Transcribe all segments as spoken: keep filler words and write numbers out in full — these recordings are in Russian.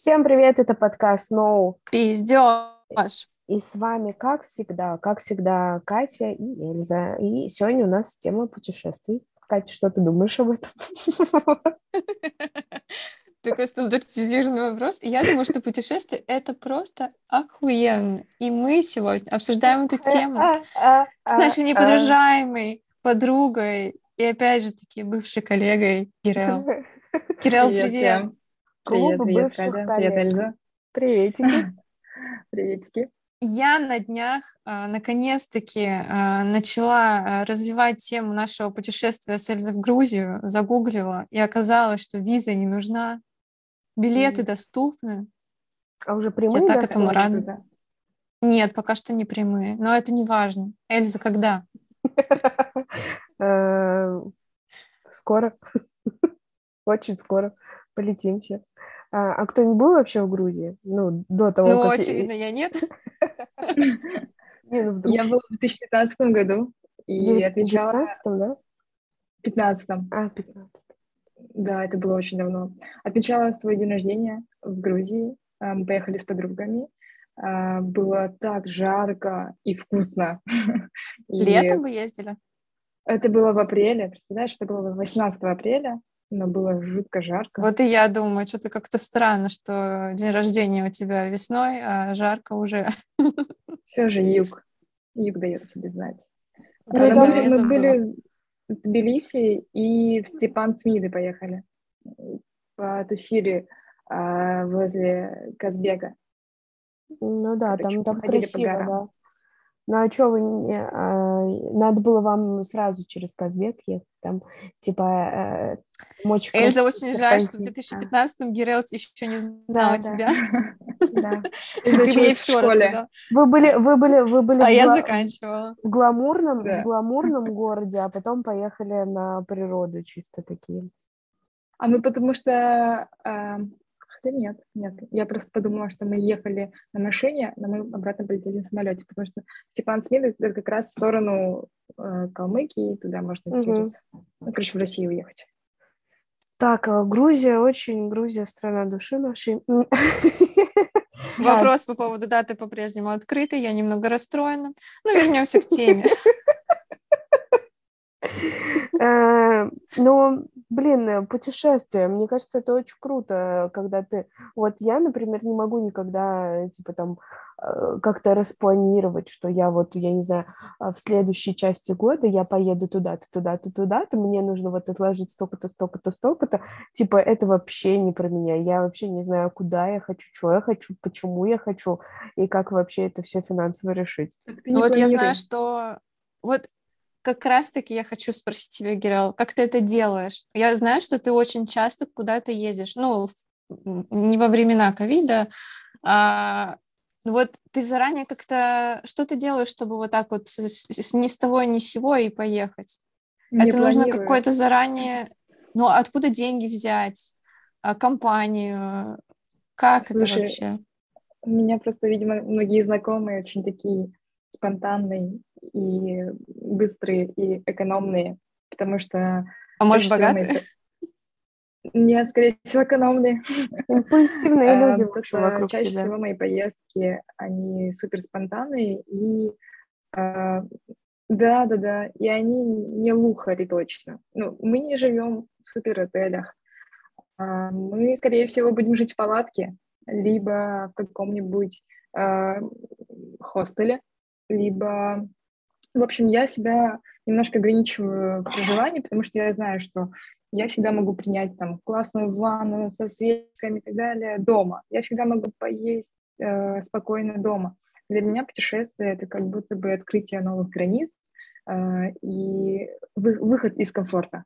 Всем привет, это подкаст «Ноу». Пиздёж. И с вами, как всегда, как всегда, Катя и Эльза. И сегодня у нас тема путешествий. Катя, что ты думаешь об этом? Такой стандартизированный вопрос. Я думаю, что путешествие — это просто охуенно. И мы сегодня обсуждаем эту тему с нашей неподражаемой подругой и, опять же таки, бывшей коллегой Кирилл. Кирилл, Привет привет! всем. Клуб Привет, привет, бывших Катя. Привет, коллег. Эльза. Приветики. Приветики. Я на днях а, наконец-таки а, начала а, развивать тему нашего путешествия с Эльзой в Грузию, загуглила, и оказалось, что виза не нужна, билеты Мгм. доступны. А уже Я прямые так этому доступны? Очень рада. круто. Нет, пока что не прямые, но это не важно. Эльза, когда? Э, Скоро, очень скоро полетим все. А а кто-нибудь был вообще в Грузии? Ну, до того, Ну, как... очевидно, я нет. Не, ну вдруг. Я была в две тысячи пятнадцатом году В и девят- отмечала девятнадцатом, да? в пятнадцатом. А, пятнадцатом. Да, это было очень давно. Отмечала свой день рождения в Грузии. А, Мы поехали с подругами. А, Было так жарко и вкусно. И Летом вы ездили? это было в апреле. Представляешь, это было восемнадцатого апреля, но было жутко жарко. Вот и я думаю, что-то как-то странно, что день рождения у тебя весной, а жарко уже. Все же юг. Юг дает себе знать. Ну, А, Да-да, там Мы, я мы забыла. были в Тбилиси и в Степан-Цмиды поехали. Потусили а, возле Казбека. Ну да, Короче, там, там походили по красиво, горам. да. Ну а что вы не... а, надо было вам сразу через Казбек ехать, там, типа, э, там очень Эльза, красивый очень жаль, что в серпантин. две тысячи А, пятнадцатом Герелт еще не да, знала да, тебя. да. И Ты бы ей училась в все школе. рассказала. Вы были, вы были, вы были А в, я гла- заканчивала. в гламурном, в Да. гламурном городе, а потом поехали на природу чисто такие. А мы потому что... а, Хотя нет, нет. Я просто подумала, что мы ехали на машине, но мы обратно полетели на самолете, потому что Степан-Цмиды — это как раз в сторону э, Калмыкии, туда можно Мгм. через... Ну, короче, в Россию уехать. Так, а Грузия очень, Грузия страна души нашей. А, Вопрос по поводу даты по-прежнему открытый. Я немного расстроена. Но вернемся к теме. Э, Ну, блин, э, путешествие, мне кажется, это очень круто, когда ты... Вот я, например, не могу никогда, э, типа, там, э, как-то распланировать, что я вот, я не знаю, а в следующей части года я поеду туда-то, туда-то, туда-то, мне нужно вот отложить столько-то, столько-то, столько-то. Типа, это вообще не про меня. Я вообще не знаю, куда я хочу, что я хочу, почему я хочу, и как вообще это все финансово решить. Так ты Ну не вот я знаю, планируй. что... Вот как раз-таки я хочу спросить тебя, Герал, как ты это делаешь? Я знаю, что ты очень часто куда-то ездишь. Ну, в- м, не во времена ковида, а ну вот ты заранее как-то... Что ты делаешь, чтобы вот так вот с- с- ни с того, ни с сего и поехать? Не Это нужно планирую. какое-то заранее... Ну, откуда деньги взять? А, компанию? Как это Слушай, вообще? у меня просто, видимо, многие знакомые очень такие спонтанные и быстрые и экономные, потому что А может, чаще всего мои... богатые? по- Нет, скорее всего, экономные. Импульсивные А, люди, в общем, Просто вокруг чаще тебя. всего мои поездки, они супер спонтанные и а, да, да, да, и они не лухари точно. Ну, мы не живем в супер отелях. А, Мы, скорее всего, будем жить в палатке, либо в каком-нибудь а, хостеле, либо... В общем, я себя немножко ограничиваю в проживании, потому что я знаю, что я всегда могу принять там классную ванну со свечками и так далее дома. Я всегда могу поесть э, спокойно дома. Для меня путешествие — это как будто бы открытие новых границ э, и вы- выход из комфорта.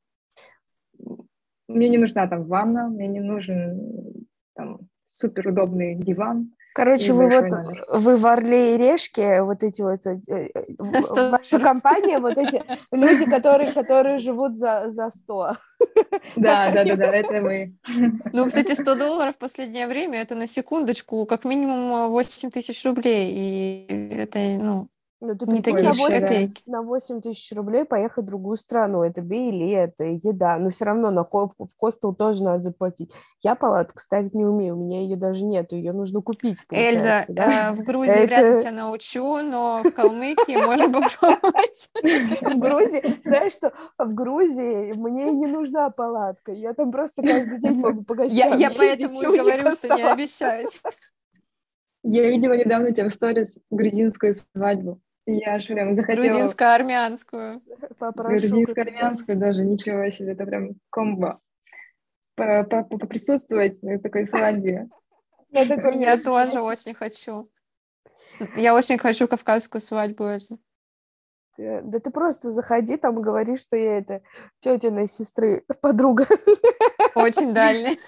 Мне не нужна там ванна, мне не нужен там суперудобный диван и Короче, вы вот большой номер. вы в Орле и Решке, вот эти вот, э, э, в- ваша сто компания, вот эти люди, которые, которые живут за, за сто. Да, да, да, да, это мы. Ну, кстати, сто долларов в последнее время — это на секундочку как минимум восемь тысяч рублей. И это, ну, Ну, ты Не прикинь, такие на уж Вообще, восемь, да. копейки. на восемь тысяч рублей поехать в другую страну. Это билеты, еда. Но все равно на хо- в хостел тоже надо заплатить. Я палатку ставить не умею, у меня ее даже нету. Ее нужно купить, Эльза, получается, да? э, в Грузии вряд ли Это тебя научу, но в Калмыкии можно попробовать. в Грузии, знаешь что, в Грузии мне не нужна палатка. Я там просто каждый день могу по Я, гостям я ездить поэтому и и у них говорю, что не оставаться. обещать. Я видела недавно у тебя в сторис грузинскую свадьбу. Я аж прям захотела Грузинско-армянскую. Попрошу как-то. грузинско-армянскую даже, ничего себе, это прям комбо. По- по- по- Поприсутствовать на такой свадьбе. На таком Я тоже мероприятии. очень хочу. Я очень хочу кавказскую свадьбу, Эльза. Э, Да ты просто заходи там и говори, что я это тетиной сестры подруга. Очень дальний.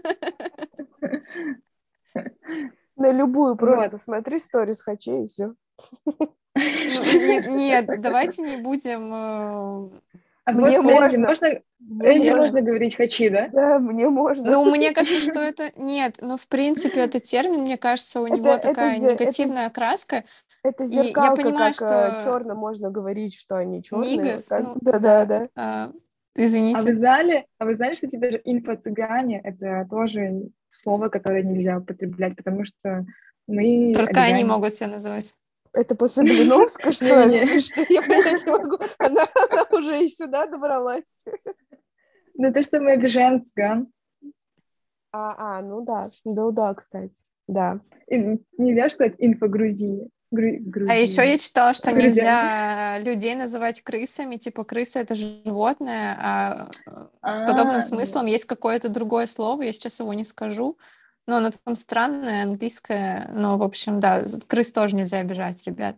На любую Вот. просто смотри сторис Хачей и все. Ну, не- нет, давайте не будем э, А вот, Мне подождите, можно, можно, мне Эльзе термин. можно можно. говорить «хачи», да? Да, мне можно. Ну, мне кажется, что это... Нет, ну, в принципе, этот термин, мне кажется, у Это, него это, такая зе- это, негативная окраска. это И я зеркалка, понимаю, как что черным можно говорить, что они черные. Вот нигас, так. ну, да, Да-да-да. а, А вы извините, знали, а вы знали, что теперь инфо-цыгане — это тоже слово, которое нельзя употреблять, потому что мы только они обижаем... могут себя называть. Это после Блиновска, что ли? Не-не-не. Что я понять не могу. Она, она уже и сюда добралась. Ну, то, что мы обижаем цыган. А, а, ну да, да, да, кстати, да. И нельзя сказать инфо-Грузия. Гру- А еще Грузия. я читала, что Грузия. нельзя людей называть крысами, типа крыса это животное, а э, с подобным А, смыслом есть какое-то другое слово, я сейчас его не скажу, но оно там странное, английское, но, в общем, да, крыс тоже нельзя обижать, ребят.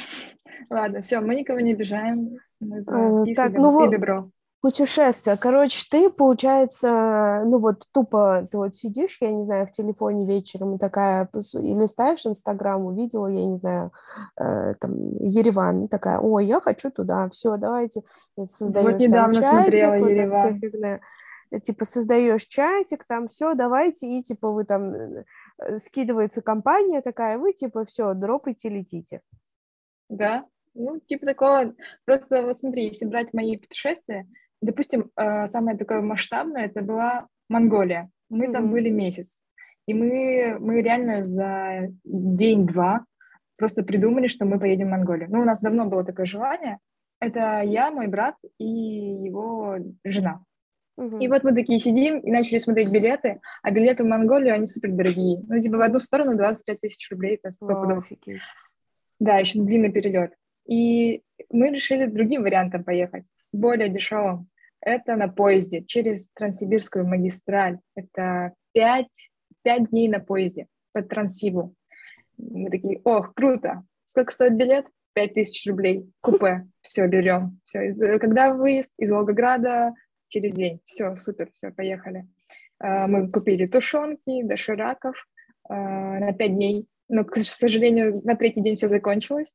ладно, все, мы никого не обижаем. Мы за Э, пис и Так, ну доб- и вот, добро. путешествие. Короче, ты, получается, ну вот тупо ты вот сидишь, я не знаю, в телефоне вечером и такая, пос- и листаешь Инстаграм, увидела, я не знаю, э, там, Ереван, и такая, ой, я хочу туда, все, давайте. И Вот создаешь там недавно смотрела чатик, вот эта вся Ереван. фигня. Э, Типа создаешь чатик, там все, давайте, и типа вы там, э, э, скидывается компания такая, вы типа все, дропайте, летите. Да, ну, типа такого. Просто вот смотри, если брать мои путешествия, допустим, э, самое такое масштабное, это была Монголия. Мы там Мгм. были месяц. И мы, мы реально за день-два просто придумали, что мы поедем в Монголию. Ну, у нас давно было такое желание. Это я, мой брат и его жена. И Мгм. вот мы такие сидим и начали смотреть билеты, а билеты в Монголию, они супер дорогие. Ну, типа в одну Мгм. сторону двадцать пять тысяч рублей, это сто Вау, пудов. офигеть. Да, еще длинный перелет. И мы решили другим вариантом поехать, более дешевым. Это на поезде через Транссибирскую магистраль. Это пять, пять дней на поезде по Транссибу. Мы такие, ох, круто. Сколько стоит билет? Пять тысяч рублей. Купе. Все, берем. Все. Когда выезд из Волгограда? Через день. Все, супер, все, поехали. А, Мы купили тушенки, дошираков а, на пять дней. Но, к сожалению, на третий день все закончилось,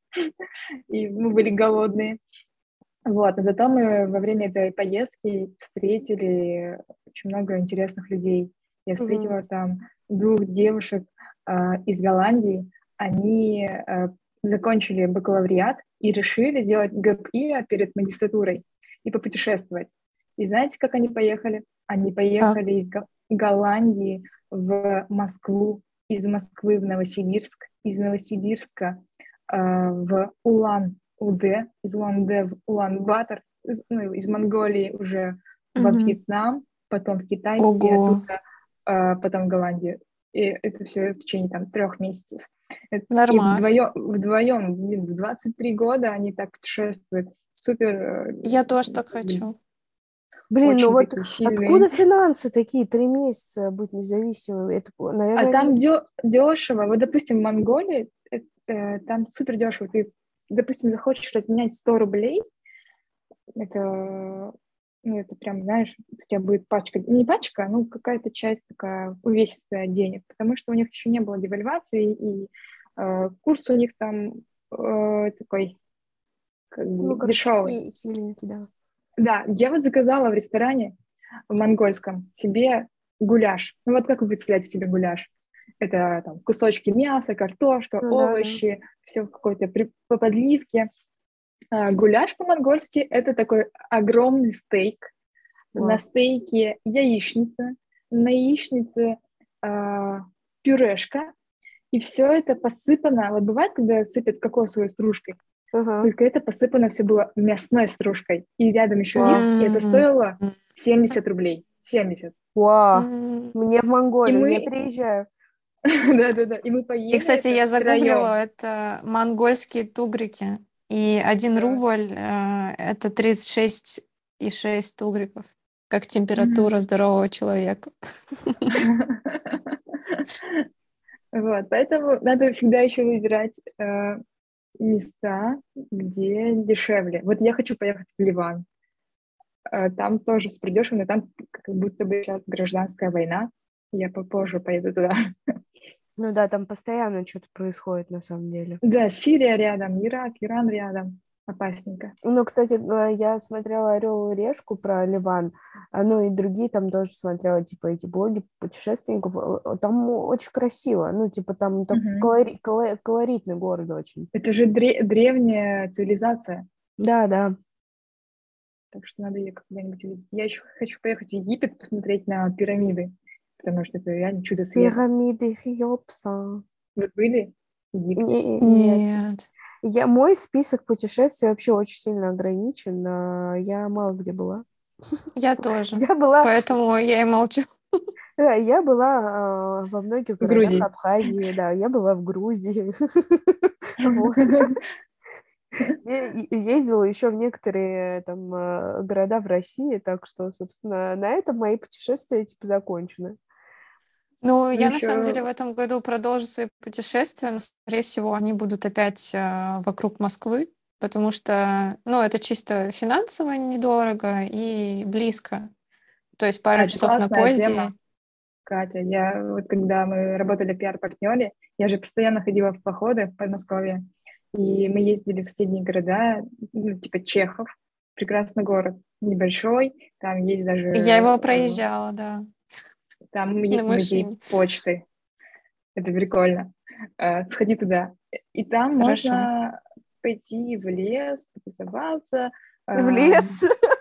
и мы были голодные. Вот, но зато мы во время этой поездки встретили очень много интересных людей. Я Мгм. встретила там двух девушек а, из Голландии. Они а, закончили бакалавриат и решили сделать гэп иа перед магистратурой и попутешествовать. И знаете, как они поехали? Они Как? поехали из Го- Голландии в Москву, из Москвы в Новосибирск, из Новосибирска а, в Улан-Удэ, из Улан-Удэ в Улан-Батор, из, ну, из Монголии уже во Мгм. Вьетнам, потом в Китай и Ого, оттуда а, потом в Голландию. И это все в течение там трех месяцев. Это- И нормас. вдвоем, вдвоем, блин, в двадцать три года они так путешествуют. Супер, э, Я тоже так хочу. Блин, ну очень вот такие сильные. откуда финансы такие, три месяца быть независимым? Это, А наверное, там не... дё- дешево. Вот, допустим, в Монголии э, э, там супер дешево. Ты, допустим, захочешь разменять сто рублей, это, ну, это прям, знаешь, у тебя будет пачка, не пачка, ну, какая-то часть такая увесистая денег, потому что у них еще не было девальвации, и э, курс у них там э, такой, как бы, Ну, короче, дешевый. хи- хиленький, да. Да, я вот заказала в ресторане в монгольском себе гуляш. Ну, вот как вы представляете себе гуляш? Это там кусочки мяса, картошка, Ну да, да. овощи, все в какой-то при- по подливке. А, гуляш по-монгольски — это такой огромный стейк. На Вау. стейке яичница, на яичнице а, пюрешка, и все это посыпано. Вот бывает, когда сыпят кокосовой стружкой, Ага. только это посыпано все было мясной стружкой. И рядом еще Вау. рис, и это М, стоило семьдесят рублей. семьдесят. Вау. м. Мне в И Монголию, я мы, приезжаю. да-да-да, и мы И, поели кстати, это я втроем. загуглила, это монгольские тугрики. И один Да. рубль э, это тридцать шесть и шесть тугриков, как температура Мгм. здорового человека. Вот, поэтому надо всегда еще выбирать э, места, где дешевле. Вот я хочу поехать в Ливан. Э, Там тоже с придешевым, но там как будто бы сейчас гражданская война. Я попозже поеду туда. Ну да, там постоянно что-то происходит на самом деле. Да, Сирия рядом, Ирак, Иран рядом. Опасненько. Ну, кстати, э, я смотрела «Орел и решку» про Ливан, а, ну и другие там тоже смотрела, типа, эти блоги путешественников. Э, э, Там очень красиво, ну, типа, там так Мгм. колори- коло- колоритный город очень. Это же дре- древняя цивилизация, Да, да. так что надо ее когда-нибудь увидеть. Я еще хочу поехать в Египет, посмотреть на пирамиды, потому что это реально чудо света. Пирамиды Хеопса. Вы были в Египте? Не- Нет. Нет, Я, мой список путешествий вообще очень сильно ограничен. а, Я мало где была. я тоже. Я была, Поэтому я и молчу. да, я была а, во многих В городах Грузии. Абхазии, да, я была в Грузии. Вот. Я и- и ездила еще в некоторые там а, города в России, так что, собственно, на этом мои путешествия типа закончены. Ну, Ну, я на самом еще... деле в этом году продолжу свои путешествия, но, скорее всего, они будут опять э, вокруг Москвы, потому что, ну, это чисто финансово недорого и близко. То есть А, пару это часов на классная тема, поезде. Катя. Я вот когда мы работали пиар-партнере, я же постоянно ходила в походы в Подмосковье, и мы ездили в соседние города, ну, типа Чехов, прекрасный город, небольшой, там есть даже, Я его э, проезжала, да, там на есть музей машине. почты, это прикольно. Э, Сходи туда. И там Хорошо. можно пойти в лес, потусоваться. В э, лес?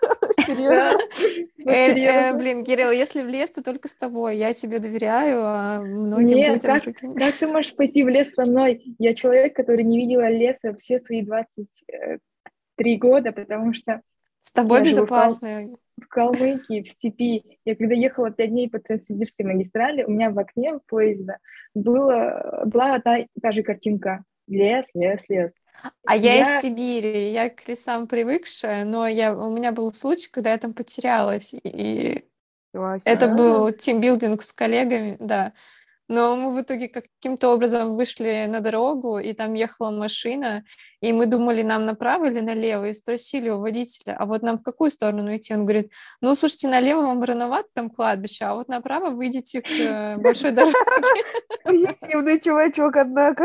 Да, Серьезно? вот Эль, э, серьезно. блин, Кирилл, если в лес, то только с тобой. Я тебе доверяю, а многим Нет, людям как, другим. как ты можешь пойти в лес со мной? Я человек, который не видела леса все свои двадцать три года, потому что С тобой я живу в, Кал- безопасно. в Калмыкии, в степи. Я когда ехала пять дней по Транссибирской магистрали, у меня в окне поезда было, была та, та же картинка. Лес, лес, лес. А И я из я, Сибири, я к лесам привыкшая, но я, у меня был случай, когда я там потерялась, и А, это серьезно? был тимбилдинг с коллегами, да. Но мы в итоге каким-то образом вышли на дорогу, и там ехала машина, и мы думали, нам направо или налево, и спросили у водителя, а вот нам в какую сторону идти? Он говорит, ну, слушайте, налево вам рановато, там кладбище, а вот направо выйдете к э, большой дороге. Позитивный чувачок, однако.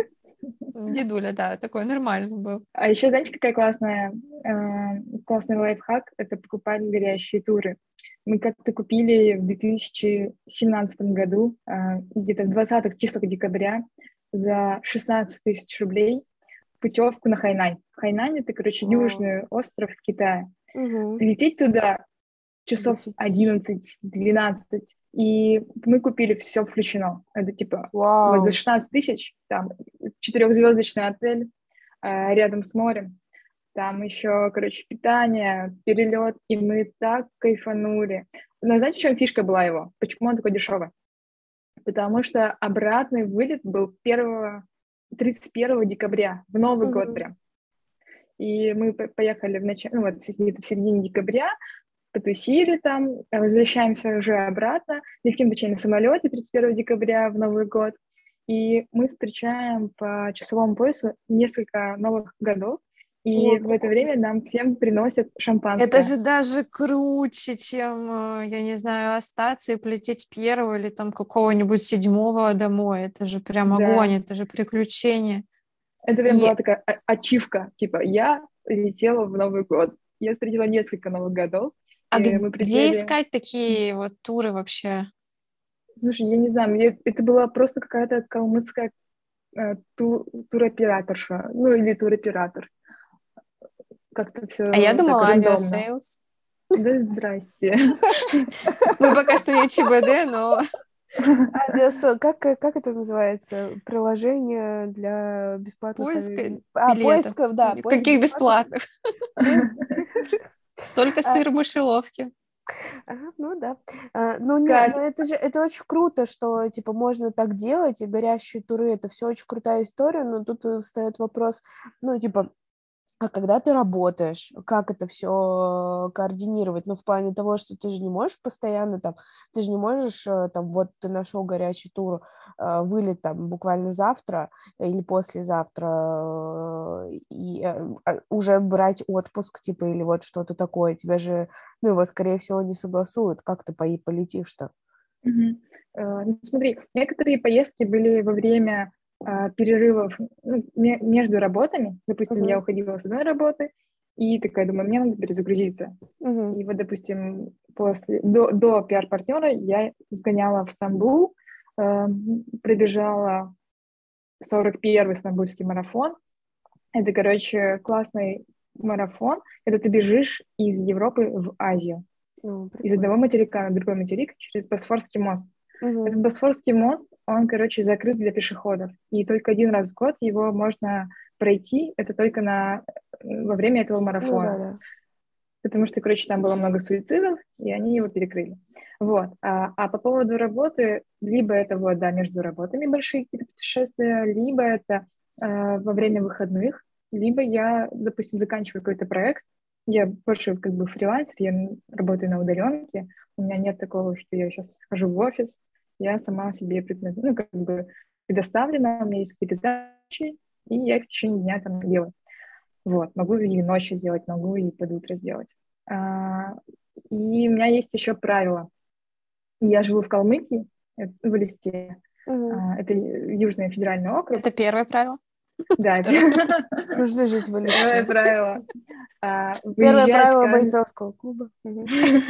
Дедуля, да, такой нормальный был. А еще, знаете, какая классная, э, классный лайфхак — это покупать горящие туры. Мы как-то купили в две тысячи семнадцатом году, э, где-то в двадцатых числах декабря, за шестнадцать тысяч рублей путевку на Хайнань. Хайнань — это, короче, О, южный остров в Китае. угу. Лететь туда часов Дофигища. одиннадцать-двенадцать, и мы купили все включено. Это типа вот за Вау. шестнадцать тысяч, там четырехзвездочный отель э, рядом с морем, там еще, короче, питание, перелет, и мы так кайфанули. Но знаете, в чем фишка была его? Почему он такой дешевый? Потому что обратный вылет был первого, тридцать первого декабря, в Новый год Угу. прям. И мы по- поехали в, нач... ну, вот, где-то в середине декабря, потусили там, э, возвращаемся уже обратно, летим, точнее, на самолете тридцать первого декабря в Новый год, и мы встречаем по часовому поясу несколько новых годов, О, и в это прикольно. время нам всем приносят Это шампанское. же даже круче, чем, э, я не знаю, остаться и полететь первого или там какого-нибудь седьмого домой. Это же прям огонь, Да, это же приключение. это прям была И такая а- ачивка, типа, я летела в Новый год. Я встретила несколько Новых годов, а и мы где прилетели. искать такие вот туры вообще? Слушай, я не знаю, мне это была просто какая-то калмыцкая э, ту- туроператорша, ну или туроператор. Как-то А я все так думала рандомно. авиасейлс. Да здрасте. Мы пока что не ЧБД, но Авиасо, как, как это называется? Приложение для бесплатных поиск ави... А, билетов. поисков, да, поиск Каких бесплатных. бесплатных? Ну, Только а, сыр в мышеловке. ага, ну да. А, ну не, Кать, ну это же это очень круто, что типа можно так делать, и горящие туры это все очень крутая история, но тут э, встает вопрос, ну типа, а когда ты работаешь, как это все координировать? Ну, в плане того, что ты же не можешь постоянно там, ты же не можешь э, там, вот ты нашел горячий тур, э, вылет там буквально завтра или послезавтра, э, и э, а, уже брать отпуск, типа, или вот что-то такое. Тебя же, ну, его, скорее всего, не согласуют. Как ты по- полетишь-то? мгм. Э, ну, смотри, некоторые поездки были во время а, перерывов ну, ме- между работами. Допустим, я Мгм. уходила с одной работы и такая думаю, мне надо перезагрузиться. Мгм. И вот, допустим, после, до, до пиар-партнера я сгоняла в Стамбул, э, пробежала сорок первый стамбульский марафон. Это, короче, классный марафон, когда ты бежишь из Европы в Азию. Ну, Из прикольно. одного материка на другой материк через Босфорский мост. Мгм. Этот Босфорский мост, он, короче, закрыт для пешеходов. И только один раз в год его можно пройти, это только на, во время этого Ну да, марафона. да. Потому что, короче, там было много суицидов, и они его перекрыли. Вот. А, а по поводу работы, либо это вот, да, между работами большие какие-то путешествия, либо это э, во время выходных, либо я, допустим, заканчиваю какой-то проект, я больше как бы фрилансер, я работаю на удаленке, у меня нет такого, что я сейчас хожу в офис, я сама себе предназ- ну, как бы предоставлена, у меня есть какие-то задачи, и я их в течение дня там делаю. Вот, могу и ночью сделать, могу и под утро сделать. А, и у меня есть еще правило. Я живу в Калмыкии, э, в Элисте. Мгм. А, это Ю- Южный федеральный округ. Это первое правило. Да, это Второе. Нужно жить в первое Элисте. правило. А, Первое Выезжать правило каждый... бойцовского клуба. Мгм.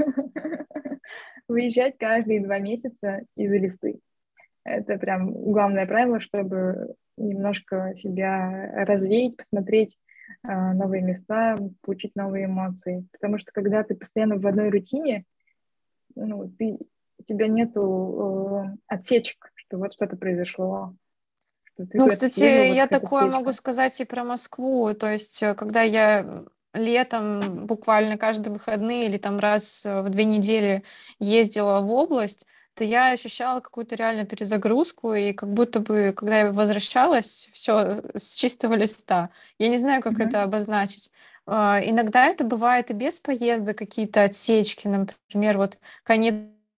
Выезжать каждые два месяца из Элисты. Это прям главное правило, чтобы немножко себя развеять, посмотреть а, новые места, получить новые эмоции. Потому что когда ты постоянно в одной рутине, ну, ты, у тебя нету э, отсечек, что вот что-то произошло, что ты Ну, куда-то съездил, кстати, вот я какая-то такое могу отсечка. сказать и про Москву. То есть, э, когда я летом буквально каждые выходные или там раз э, в две недели ездила в область, то я ощущала какую-то реально перезагрузку, и как будто бы, когда я возвращалась, все с чистого листа. Я не знаю, как это Мгм. обозначить. А, Иногда это бывает и без поездок, какие-то отсечки, например, вот конец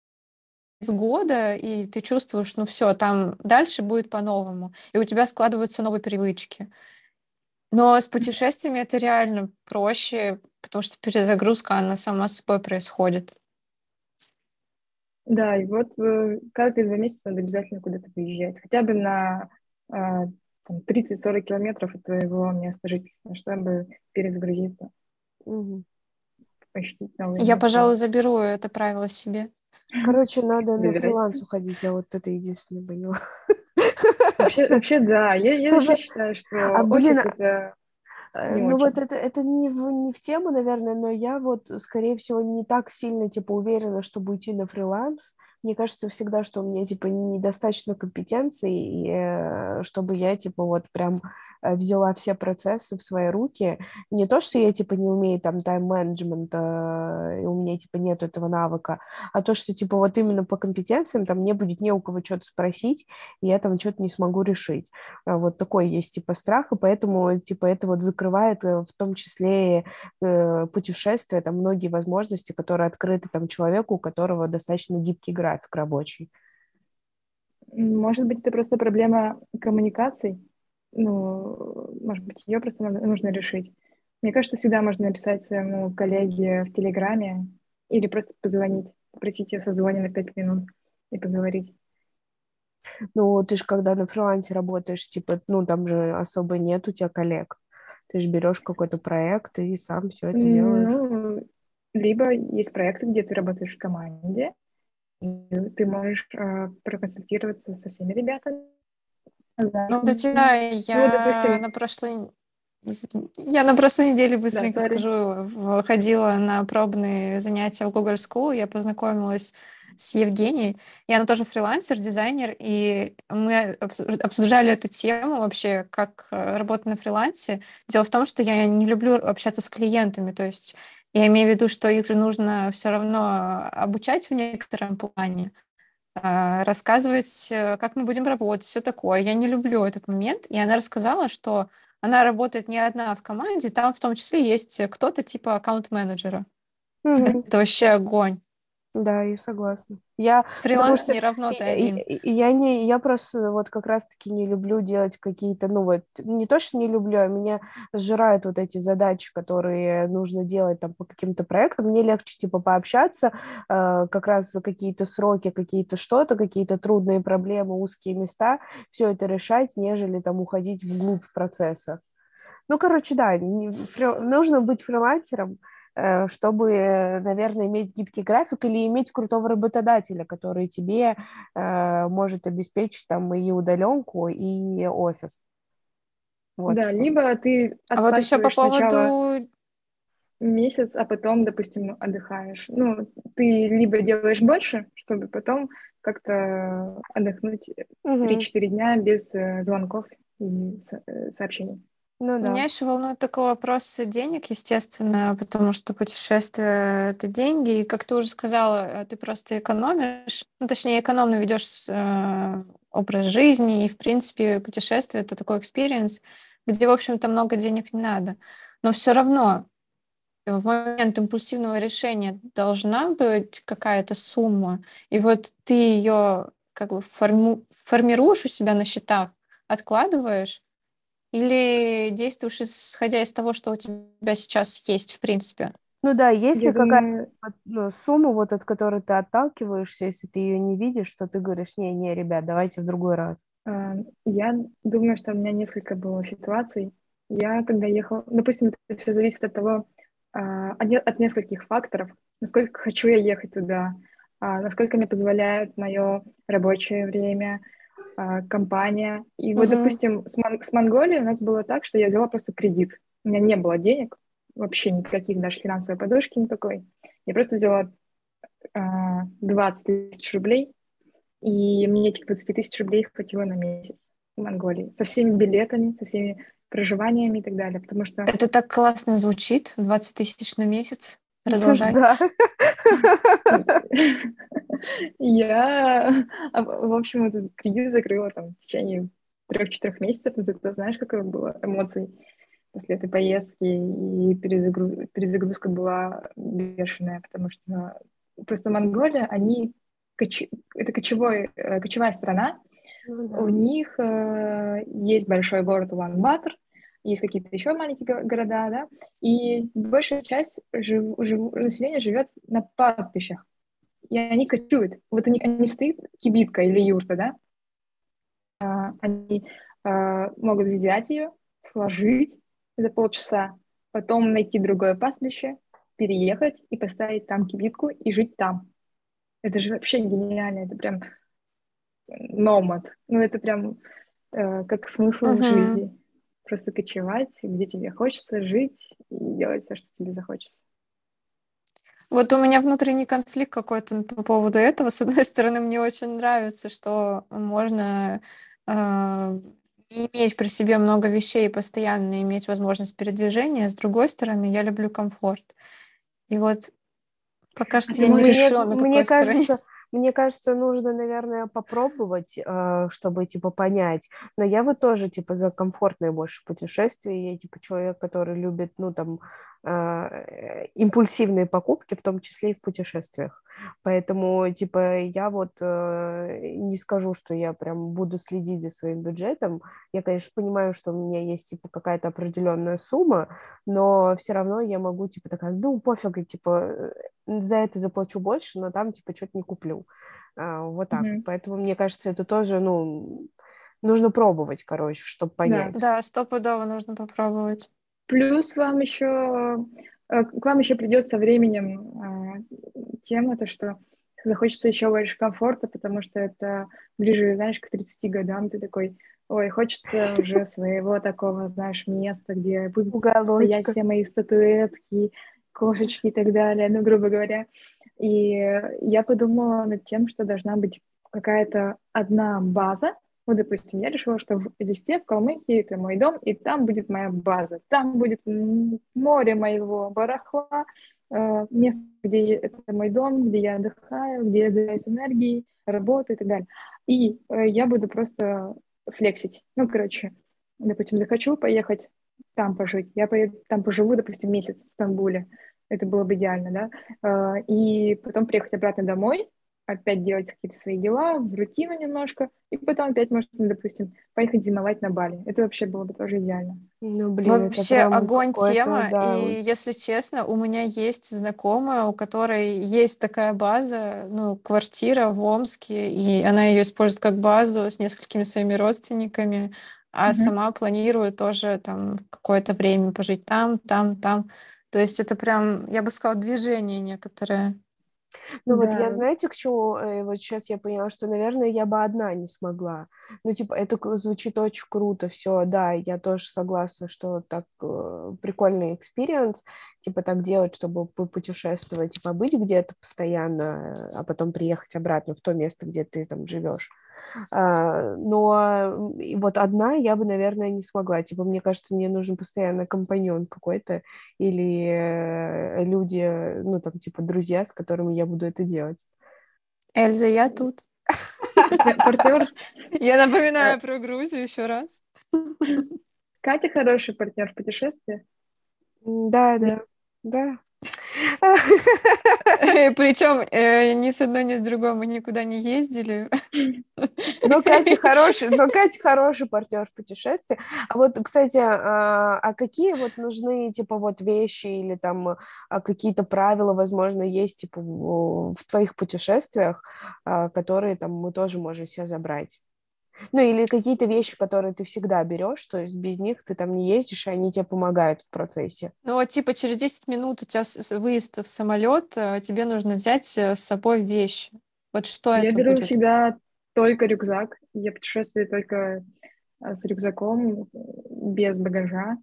года, и ты чувствуешь, ну все, там дальше будет по-новому, и у тебя складываются новые привычки. Но с путешествиями это реально проще, потому что перезагрузка, она сама собой происходит. Да, и вот э, каждые два месяца надо обязательно куда-то выезжать, хотя бы на а, там, тридцать-сорок километров от твоего места жительства, чтобы перезагрузиться, Мгм. ощутить новые Я, эмоции. пожалуй, заберу это правило себе. Короче, надо на Выбирать. фриланс уходить, я вот это единственное поняла. Вообще, Что- вообще, да. Я, я вообще Чтобы... считаю, А, что блин, офис это э, не ну вот очень. это, это не в, не в тему, наверное, но я вот, скорее всего, не так сильно, типа, уверена, чтобы уйти на фриланс. Мне кажется всегда, что у меня, типа, недостаточно компетенций, и, э, чтобы я, типа, вот прям э, взяла все процессы в свои руки. Не то, что я, типа, не умею там тайм-менеджмента, и у меня, типа, нет этого навыка, а то, что, типа, вот именно по компетенциям там мне будет не у кого что-то спросить, и я там что-то не смогу решить. А, Вот такой есть, типа, страх, и поэтому, типа, это вот закрывает э, в том числе э, путешествия, там, многие возможности, которые открыты там человеку, у которого достаточно гибкий график рабочий. Может быть, это просто проблема коммуникаций. Ну, может быть, ее просто надо- нужно решить. Мне кажется, всегда можно написать своему коллеге в Телеграме или просто позвонить, попросить ее созвоне на пять минут и поговорить. Ну, ты же когда на фрилансе работаешь, типа, ну, там же особо нет у тебя коллег. Ты же берешь какой-то проект и сам все это М, делаешь. Ну, либо есть проекты, где ты работаешь в команде, и ты можешь э, проконсультироваться со всеми ребятами. Ну, кстати, Знаешь, да, ну, вот, я допустим, на прошлой... Извини. Я на прошлой неделе, да, быстренько сори. скажу, в- ходила на пробные занятия в Google School. Я познакомилась с Евгенией. И она тоже фрилансер, дизайнер. И мы обсу- обсуждали эту тему вообще, как э, работать на фрилансе. Дело в том, что я не люблю общаться с клиентами. То есть я имею в виду, что их же нужно все равно обучать в некотором плане, а, рассказывать, э, как мы будем работать, все такое. Я не люблю этот момент. И она рассказала, что она работает не одна в команде, там в том числе есть кто-то типа аккаунт-менеджера. Мгм. Это вообще огонь. Да, я согласна. Я, потому Фриланс что не равно и- ты и- один. и- я не, я просто вот как раз-таки не люблю делать какие-то, ну вот, не то, что не люблю, а меня сжирают вот эти задачи, которые нужно делать там по каким-то проектам. Мне легче, типа, пообщаться, э, как раз за какие-то сроки, какие-то что-то, какие-то трудные проблемы, узкие места, все это решать, нежели там уходить вглубь процесса. Ну, короче, да, не- фри- нужно быть фрилансером, э, чтобы, э, наверное, иметь гибкий график или иметь крутого работодателя, который тебе э, может обеспечить там и удаленку, и офис. Вот Да, что. либо ты А вот еще по отталкиваешь сначала поводу... месяц, а потом, допустим, отдыхаешь. Ну, ты либо делаешь больше, чтобы потом как-то отдохнуть Мгм. три-четыре дня без э, звонков и со- э, сообщений. Ну да. Меня еще волнует такой вопрос денег, естественно, потому что путешествие — это деньги, и, как ты уже сказала, э, ты просто экономишь, ну, точнее, экономно ведешь э, образ жизни, и, в принципе, путешествие — это такой экспириенс, где, в общем-то, много денег не надо. Но все равно в момент импульсивного решения должна быть какая-то сумма, и вот ты ее как бы форму- формируешь у себя на счетах, откладываешь, или действуешь исходя из того, что у тебя сейчас есть, в принципе? Ну да, Я если какая-то думаю, типа, ну, сумма, вот от которой ты отталкиваешься, если ты ее не видишь, что ты говоришь, не-не, ребят, давайте в другой раз. э, я думаю, что у меня несколько было ситуаций. Я когда ехала, допустим, это все зависит от того, а, от, не- от нескольких факторов, насколько хочу я ехать туда, а, насколько мне позволяет мое рабочее время, а, компания. И вот, Мгм. допустим, с, Мон- с Монголией у нас было так, что я взяла просто кредит. У меня не было денег, вообще никаких, даже финансовой подушки никакой. Я просто взяла а, двадцать тысяч рублей, и мне этих двадцать тысяч рублей хватило на месяц в Монголии. Со всеми билетами, со всеми проживаниями и так далее. Потому что Это так классно звучит. двадцать тысяч на месяц. Продолжай. Да. я, а, в общем, этот кредит закрыла там в течение трех-четырех месяцев. Но зато знаешь, какое было эмоций после этой поездки, и перезагруз- перезагрузка была бешеная, потому что просто Монголия, они коч- это кочевой, э, кочевая страна, Ну у да. них э, есть большой город Улан-Батор, есть какие-то еще маленькие го- города, да, и большая часть жив- жив- населения живет на пастбищах, и они кочуют. Вот у них они стоит кибитка или юрта, да, а, они а, могут взять ее, сложить за полчаса, потом найти другое пастбище, переехать и поставить там кибитку и жить там. Это же вообще гениально, это прям номад. Ну, это прям э, как смысл Мгм. жизни. Просто кочевать, где тебе хочется жить и делать все, что тебе захочется. Вот у меня внутренний конфликт какой-то по поводу этого. С одной стороны, мне очень нравится, что можно э, не иметь при себе много вещей и постоянно иметь возможность передвижения. С другой стороны, я люблю комфорт. И вот пока А что ты я не можешь... Мне, решила, на мне какой стороне. кажется, мне кажется, нужно, наверное, попробовать, э, чтобы, типа, понять. Но я вот тоже, типа, за комфортные больше путешествия. Я, типа, человек, который любит, ну, там, э, импульсивные покупки, в том числе и в путешествиях. Поэтому, типа, я вот э, не скажу, что я прям буду следить за своим бюджетом. Я, конечно, понимаю, что у меня есть, типа, какая-то определенная сумма, но все равно я могу, типа, такая, ну, пофиг, типа, за это заплачу больше, но там, типа, что-то не куплю. А, вот так вот. Мгм. Поэтому, мне кажется, это тоже, ну, нужно пробовать, короче, чтобы Да. понять. Да, стопудово нужно попробовать. Плюс вам еще... э, К вам еще придет со временем э, тема, то, что захочется еще больше комфорта, потому что это ближе, знаешь, к тридцати годам. Ты такой, ой, хочется уже своего такого, знаешь, места, где будут стоять Уголочка. все мои статуэтки, кошечки и так далее, ну, грубо говоря. И я подумала над тем, что должна быть какая-то одна база. Вот, допустим, я решила, что в Элисте, в Калмыкии, это мой дом, и там будет моя база. Там будет море моего барахла, место, где это мой дом, где я отдыхаю, где я заряжаюсь энергией, работаю и так далее. И я буду просто флексить. Ну, короче, допустим, захочу поехать там пожить. Я поеду, там поживу, допустим, месяц в Стамбуле. Это было бы идеально, да. И потом приехать обратно домой, опять делать какие-то свои дела, в рутину немножко, и потом опять, может, допустим, поехать зимовать на Бали. Это вообще было бы тоже идеально. Ну, блин, это Вообще прям огонь какой-то, тема, да. и если честно, у меня есть знакомая, у которой есть такая база, ну, квартира в Омске, и она ее использует как базу с несколькими своими родственниками, а Мгм. сама планирует тоже там какое-то время пожить там, там, там. То есть это прям, я бы сказала, движение некоторое. Ну вот я, Да, знаете, к чему, э, вот сейчас я поняла, что, наверное, я бы одна не смогла. Ну, типа, это к- звучит очень круто, все, да, я тоже согласна, что так э, прикольный экспириенс, типа, так делать, чтобы путешествовать, типа, быть где-то постоянно, э, а потом приехать обратно в то место, где ты там живешь. А, но и вот одна я бы, наверное, не смогла. Типа, мне кажется, мне нужен постоянно компаньон какой-то или э, люди, ну, там, типа, друзья, с которыми я буду это делать. Эльза, я тут. партнер, партнер, Я э, напоминаю про Грузию еще раз. Катя хороший партнер в путешествии. М, Да, Не- да, да. Причем ни с одной, ни с другой мы никуда не ездили. Но Катя хороший, но Катя хороший партнер в путешествии. А вот, кстати, а, а какие вот нужны, типа, вот вещи или там а, какие-то правила, возможно, есть, типа, в в твоих путешествиях, а, которые там мы тоже можем себе забрать? Ну, или какие-то вещи, которые ты всегда берешь, то есть без них ты там не ездишь, и они тебе помогают в процессе. Ну, вот, типа, через десять минут у тебя с- с- выезд в самолет, э, тебе нужно взять э, с собой вещи. Вот что Я это беру будет? всегда только рюкзак. Я путешествую только а, с рюкзаком, без багажа.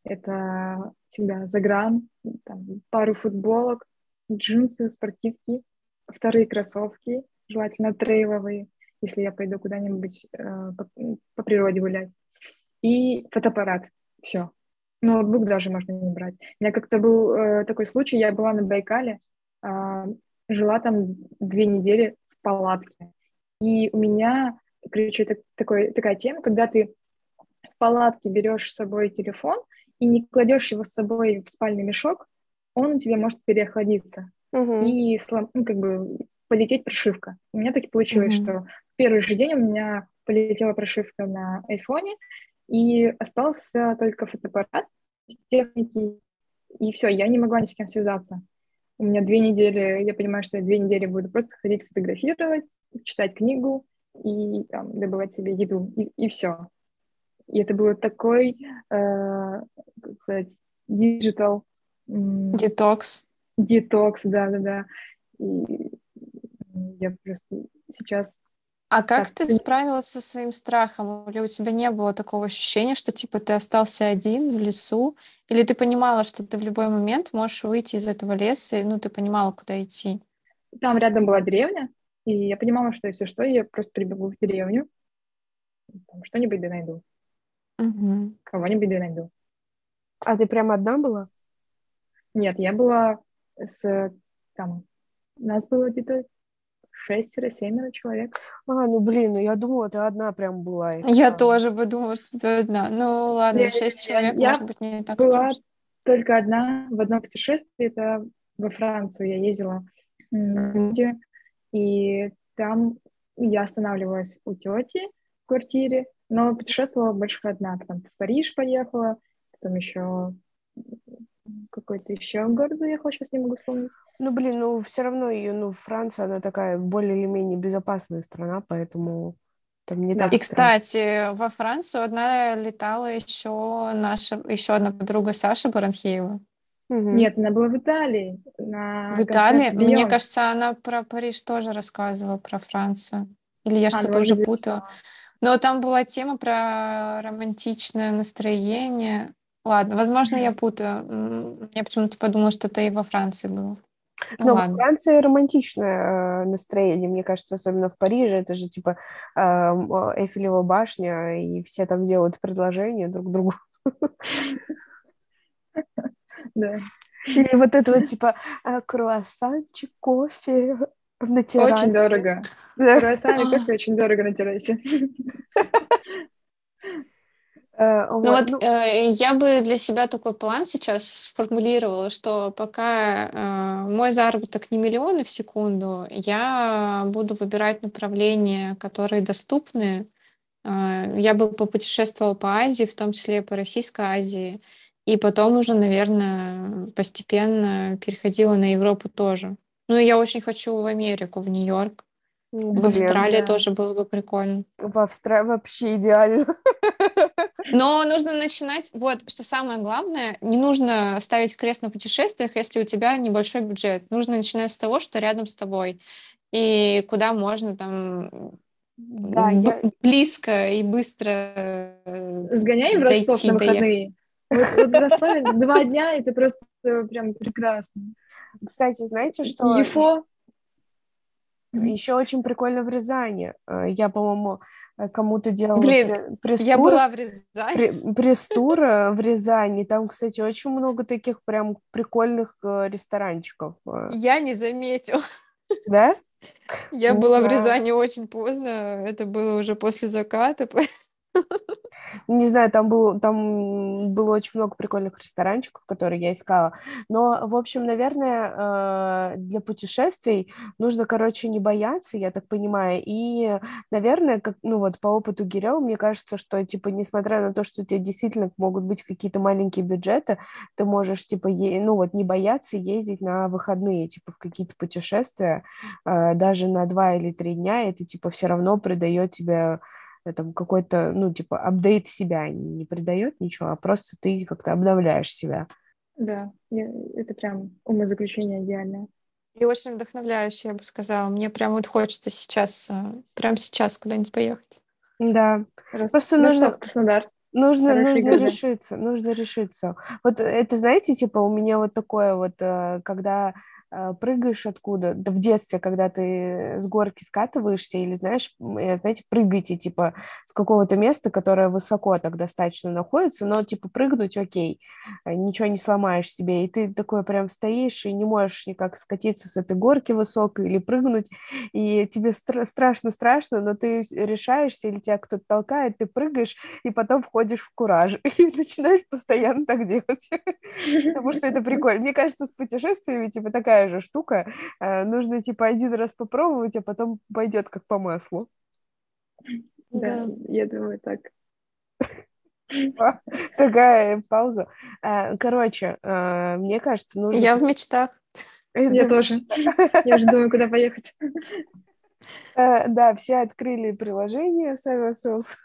Это всегда загран, там, пару футболок, джинсы, спортивки, вторые кроссовки, желательно трейловые, если я пойду куда-нибудь э, по, по природе гулять. И фотоаппарат. Все. Ноутбук даже можно не брать. У меня как-то был э, такой случай, я была на Байкале, а, жила там две недели в палатке. И у меня, короче, это такой, такая тема, когда ты в палатке берешь с собой телефон и не кладешь его с собой в спальный мешок, он у тебя может переохладиться Угу, и слом, ну, как бы полететь прошивка. У меня так и получилось, Мгм. что в первый же день у меня полетела прошивка на айфоне, и остался только фотоаппарат с техники, и все, я не могла ни с кем связаться. У меня две недели, я понимаю, что я две недели буду просто ходить фотографировать, читать книгу и там, добывать себе еду, и, и все. И это было такой, э, как сказать, digital м, Детокс. детокс, да-да-да. И я просто сейчас А как так ты ценю. справилась со своим страхом? Или у тебя не было такого ощущения, что типа ты остался один в лесу? Или ты понимала, что ты в любой момент можешь выйти из этого леса, и ну ты понимала, куда идти? Там рядом была деревня, и я понимала, что если что, я просто прибегу в деревню, там что-нибудь да найду, Мгм. кого-нибудь да найду. А ты прям одна была? Нет, я была с, там, нас было где-то шестеро-семеро человек. А, ну блин, ну я думала, ты одна прям была их Я там. тоже подумала, что ты одна. Ну ладно, шесть человек, Не-не-не, может я быть, не так была страшно. только одна в одном путешествии, это во Францию я ездила, м, и там я останавливалась у тети в квартире, но путешествовала больше одна. Потом в Париж поехала, потом еще какой-то еще город заехала, сейчас не могу вспомнить. Ну, блин, ну все равно ее, ну, Франция, она такая более или менее безопасная страна, поэтому там не так И, Да. страшно. кстати, во Францию одна летала еще наша, еще одна подруга Саша Баранхеева. Мгм. Нет, она была в Италии В на Италии? концерте Мне Бейонсе. кажется, она про Париж тоже рассказывала, про Францию. Или я А, ну, что-то может уже быть, путаю. записала. Но там была тема про романтичное настроение. Ладно, возможно, я путаю. М, Я почему-то подумала, что это и во Франции было. Ну Но во ладно. Франции романтичное э, настроение, мне кажется, особенно в Париже. Это же типа э, м, Эйфелева башня, и все там делают предложения друг другу. Да. Или вот это вот типа э, круассанчик, кофе на Очень террасе. дорого. Да. Круассан и А, кофе очень дорого на террасе. Э, Ну Вот, вот ну, э, я бы для себя такой план сейчас сформулировала, что пока э, мой заработок не миллионы в секунду, я буду выбирать направления, которые доступны. Э, я бы попутешествовала по Азии, в том числе и по Российской Азии, и потом уже, наверное, постепенно переходила на Европу тоже. Ну и я очень хочу в Америку, в Нью-Йорк. В блин, Австралии да. тоже было бы прикольно. В Австралии вообще идеально. Но нужно начинать, вот, что самое главное, не нужно ставить крест на путешествиях, если у тебя небольшой бюджет. Нужно начинать с того, что рядом с тобой, и куда можно там Да, б- я, близко и быстро э, Сгоняй в Ростов дойти, на доехать. выходные. Вот, вот в Ростове два дня, и это просто прям прекрасно. кстати, знаете, что ЕФО. еще очень прикольно в Рязани? Э, Я, по-моему, э, кому-то делала Блин, пре- я пресс-тур, была в Рязани, пре- пресс-тур э, в Рязани. Там, кстати, очень много таких прям прикольных э, ресторанчиков. э, я не заметила. Да? Я Не была в знаю. Рязани очень поздно, это было уже после заката. Не знаю, там был, там было очень много прикольных ресторанчиков, которые я искала. Но, в общем, наверное, э, для путешествий нужно, короче, не бояться, я так понимаю. И, наверное, как, ну вот по опыту Гирео, мне кажется, что, типа, несмотря на то, что у тебя действительно могут быть какие-то маленькие бюджеты, ты можешь, типа, е- ну вот не бояться ездить на выходные, типа, в какие-то путешествия, э, даже на два или три дня, это, типа, все равно придает тебе э, там какой-то, ну, типа, апдейт себя не придает ничего, а просто ты как-то обновляешь себя. Да, я- это прям умозаключение идеальное. И очень вдохновляюще, я бы сказала. Мне прям вот хочется сейчас, э, прям сейчас куда-нибудь поехать. Да, Рос- просто нужно, Ростов, Краснодар. нужно, Хорошие нужно города. решиться, нужно решиться. Вот это, знаете, типа, у меня вот такое вот, э, когда э, прыгаешь откуда, да в детстве, когда ты с горки скатываешься, или, знаешь, м, э, знаете, прыгаете, типа, с какого-то места, которое высоко так достаточно находится, но, типа, прыгнуть окей, э, ничего не сломаешь себе, и ты такой прям стоишь и не можешь никак скатиться с этой горки высокой или прыгнуть, и тебе стра- страшно-страшно, но ты решаешься, или тебя кто-то толкает, ты прыгаешь, и потом входишь в кураж и начинаешь постоянно так делать, потому что это прикольно. Мне кажется, с путешествиями типа такая же штука. Э, Нужно типа один раз попробовать, а потом пойдет как по маслу. Да, Да. я думаю так. А, Такая пауза. Э, Короче, э, мне кажется, нужно... Я пу- в мечтах. Я Это тоже. мечта. Я уже думаю, куда поехать. Э, Да, все открыли приложение Savasals.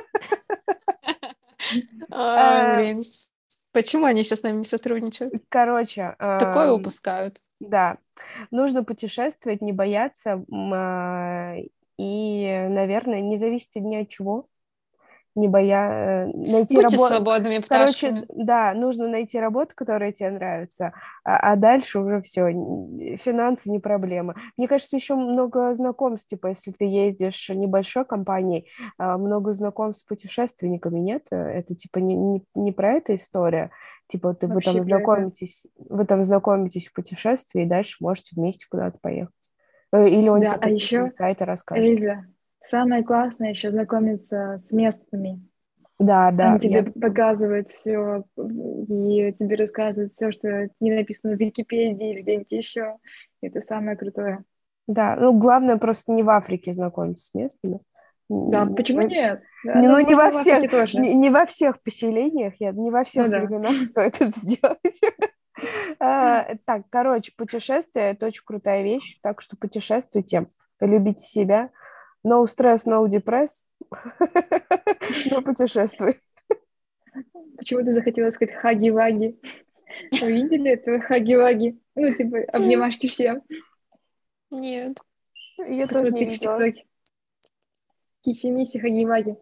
Ай, Э, блин. с- Почему они сейчас с нами не сотрудничают? Короче, Такое эм, упускают. да, нужно путешествовать, не бояться м, а, и, наверное, не зависеть ни от чего, не боя... э, найти Будьте работу. свободными Короче, пташками. да, нужно найти работу, которая тебе нравится, а, а дальше уже все, финансы не проблема. Мне кажется, еще много знакомств, типа, если ты ездишь небольшой компанией, а, много знакомств с путешественниками, нет? Это, типа, не, не, не про эту история. Типа, ты, вы Вообще там про это. знакомитесь, вы там знакомитесь в путешествии, и дальше можете вместе куда-то поехать. Э, Или он Да, тебе а какие-то еще, инсайты расскажет. Эльза, самое классное еще знакомиться с местными. Да, да, Они тебе я... показывают все и тебе рассказывают все, что не написано в Википедии или где-нибудь еще. Это самое крутое. Да, ну, главное просто не в Африке знакомиться с местными. Да, Не, почему во- нет? Да, не- ну, ну, не во можно в всех, Африке тоже. не, не во всех поселениях, я, не во Ну всех да. племенах стоит это делать. А, Так, короче, путешествие– это очень крутая вещь, так что путешествуйте, любите себя. No stress, no depress, но путешествуй. Почему ты захотела сказать хаги-ваги? Вы видели это хаги-ваги? Ну, типа, обнимашки всем. Нет. Я тоже не Посмотри в видела. ТикТоке. Киси-миси, хаги-ваги.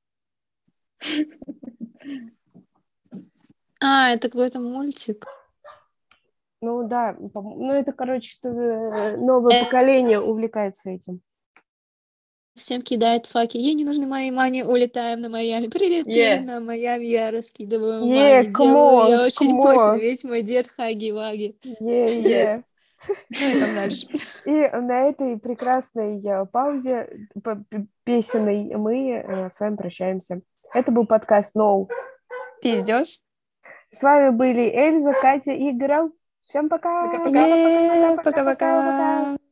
А, это какой-то мультик. Ну да, по- ну это, короче, что, э, новое поколение увлекается этим. Всем кидает факи. Ей не нужны мои мани, улетаем на Майами. Прилетели Е, на Майами, я раскидываю Е, мани. Делаю камон, я очень мощно, камон, ведь мой дед хаги-ваги. е, е. е. Ну и там дальше. И на этой прекрасной э, паузе п- п- песенной мы э, с вами прощаемся. Это был подкаст «Ноу». Пиздешь? С вами были Эльза, Катя и Грал. Всем пока, Пока-пока. пока, пока, пока, Е, пока, пока, пока. пока-пока.